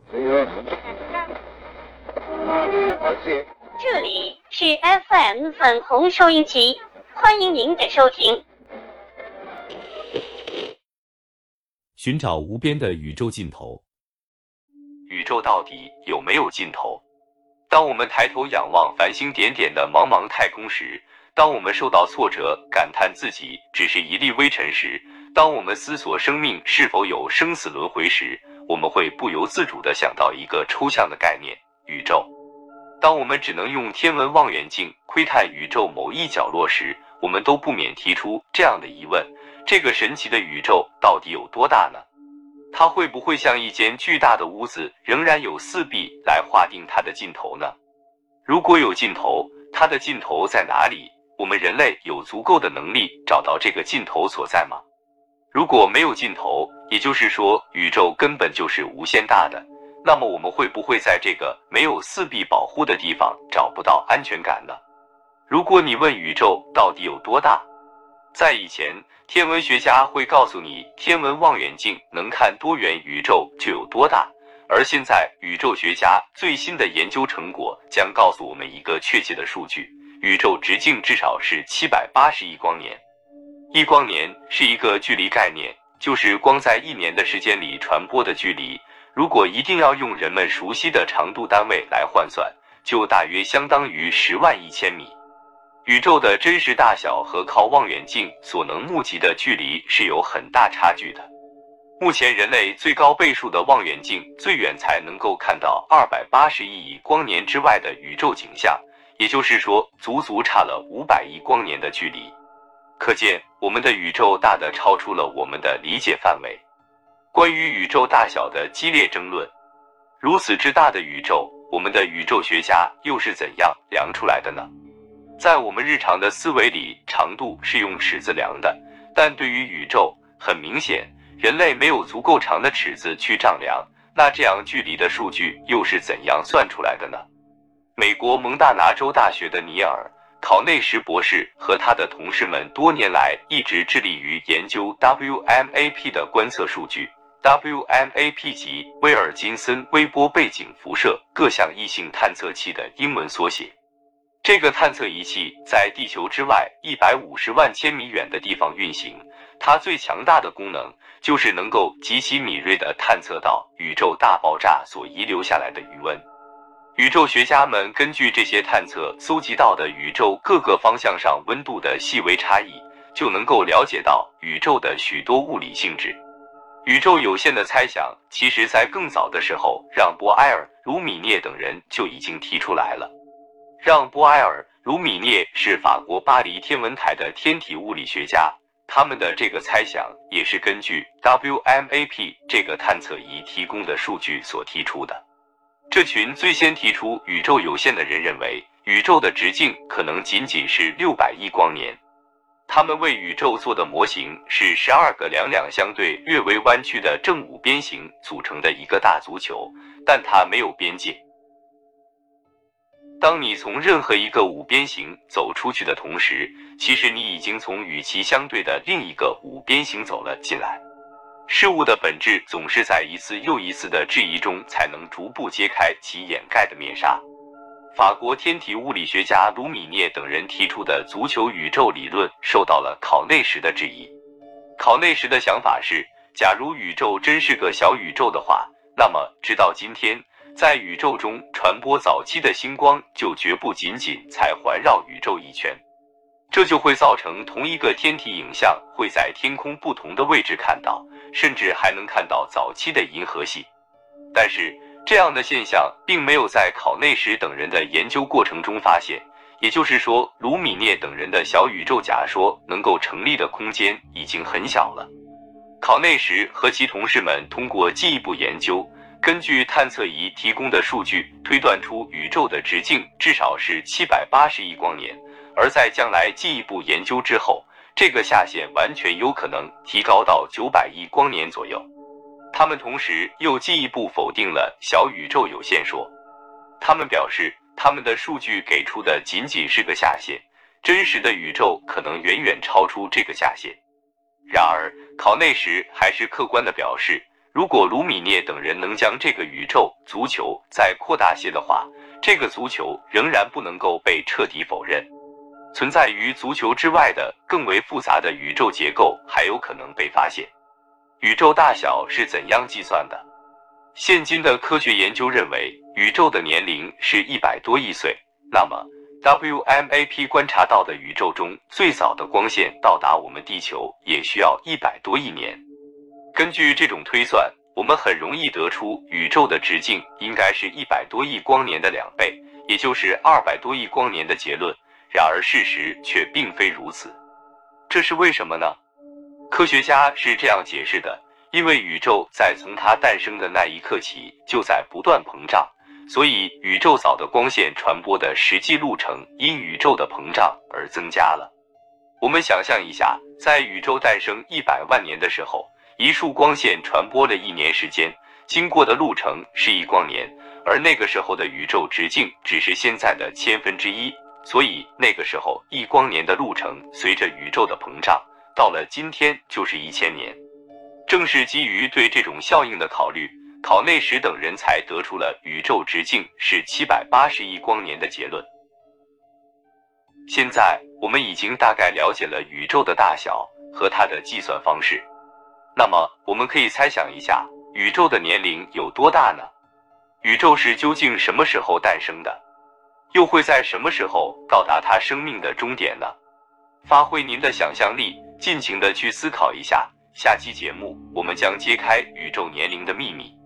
这里是 FM 粉红收音机，欢迎您的收听。 寻找无边的宇宙尽头。宇宙到底有没有尽头？当我们抬头仰望繁星点点的茫茫太空时，当我们受到挫折，感叹自己只是一粒微尘时，当我们思索生命是否有生死轮回时，我们会不由自主地想到一个抽象的概念——宇宙。当我们只能用天文望远镜窥探宇宙某一角落时，我们都不免提出这样的疑问：这个神奇的宇宙到底有多大呢？它会不会像一间巨大的屋子，仍然有4壁来划定它的尽头呢？如果有尽头，它的尽头在哪里？我们人类有足够的能力找到这个尽头所在吗？如果没有尽头，也就是说宇宙根本就是无限大的，那么我们会不会在这个没有4壁保护的地方找不到安全感呢？如果你问宇宙到底有多大，在以前，天文学家会告诉你，天文望远镜能看多远，宇宙就有多大。而现在，宇宙学家最新的研究成果将告诉我们一个确切的数据：宇宙直径至少是780亿光年。1光年是一个距离概念，就是光在1年的时间里传播的距离。如果一定要用人们熟悉的长度单位来换算，就大约相当于10万亿千米。宇宙的真实大小和靠望远镜所能目及的距离是有很大差距的。目前人类最高倍数的望远镜最远才能够看到280亿光年之外的宇宙景象，也就是说足足差了500亿光年的距离。可见我们的宇宙大得超出了我们的理解范围。关于宇宙大小的激烈争论，如此之大的宇宙，我们的宇宙学家又是怎样量出来的呢？在我们日常的思维里，长度是用尺子量的，但对于宇宙，很明显，人类没有足够长的尺子去丈量，那这样距离的数据又是怎样算出来的呢？美国蒙大拿州大学的尼尔·考内什博士和他的同事们多年来一直致力于研究 WMAP 的观测数据。WMAP 即威尔金森微波背景辐射各项异性探测器的英文缩写。这个探测仪器在地球之外150万千米远的地方运行，它最强大的功能就是能够极其敏锐地探测到宇宙大爆炸所遗留下来的余温。宇宙学家们根据这些探测搜集到的宇宙各个方向上温度的细微差异，就能够了解到宇宙的许多物理性质。宇宙有限的猜想，其实在更早的时候，让·波埃尔、卢米涅等人就已经提出来了。让·波埃尔、卢米涅是法国巴黎天文台的天体物理学家，他们的这个猜想也是根据 WMAP 这个探测仪提供的数据所提出的。这群最先提出宇宙有限的人认为，宇宙的直径可能仅仅是600亿光年。他们为宇宙做的模型是12个两两相对略微弯曲的正五边形组成的一个大足球，但它没有边界。当你从任何一个五边形走出去的同时，其实你已经从与其相对的另一个五边形走了进来。事物的本质总是在一次又一次的质疑中才能逐步揭开其掩盖的面纱。法国天体物理学家卢米涅等人提出的足球宇宙理论受到了考内什的质疑。考内什的想法是，假如宇宙真是个小宇宙的话，那么直到今天，在宇宙中传播早期的星光就绝不仅仅才环绕宇宙一圈，这就会造成同一个天体影像会在天空不同的位置看到，甚至还能看到早期的银河系。但是这样的现象并没有在考内什等人的研究过程中发现，也就是说，卢米涅等人的小宇宙假说能够成立的空间已经很小了。考内什和其同事们通过进一步研究，根据探测仪提供的数据推断出宇宙的直径至少是780亿光年，而在将来进一步研究之后，这个下限完全有可能提高到900亿光年左右。他们同时又进一步否定了小宇宙有限说。他们表示，他们的数据给出的仅仅是个下限，真实的宇宙可能远远超出这个下限。然而，考内什还是客观地表示， 如果卢米涅等人能将这个宇宙足球再扩大些的话，这个足球仍然不能够被彻底否认。存在于足球之外的更为复杂的宇宙结构还有可能被发现。宇宙大小是怎样计算的？现今的科学研究认为，宇宙的年龄是100多亿岁。那么 WMAP 观察到的宇宙中最早的光线到达我们地球也需要100多亿年。根据这种推算，我们很容易得出宇宙的直径应该是100多亿光年的2倍，也就是200多亿光年的结论。然而事实却并非如此。这是为什么呢？科学家是这样解释的：因为宇宙在从它诞生的那一刻起就在不断膨胀，所以宇宙早的光线传播的实际路程因宇宙的膨胀而增加了。我们想象一下，在宇宙诞生100万年的时候，一束光线传播了1年时间，经过的路程是1光年，而那个时候的宇宙直径只是现在的1/1000，所以那个时候1光年的路程随着宇宙的膨胀，到了今天就是1000年。正是基于对这种效应的考虑，考内什等人才得出了宇宙直径是780亿光年的结论。现在我们已经大概了解了宇宙的大小和它的计算方式，那么我们可以猜想一下，宇宙的年龄有多大呢？宇宙是究竟什么时候诞生的？又会在什么时候到达它生命的终点呢？发挥您的想象力，尽情地去思考一下。下期节目我们将揭开宇宙年龄的秘密。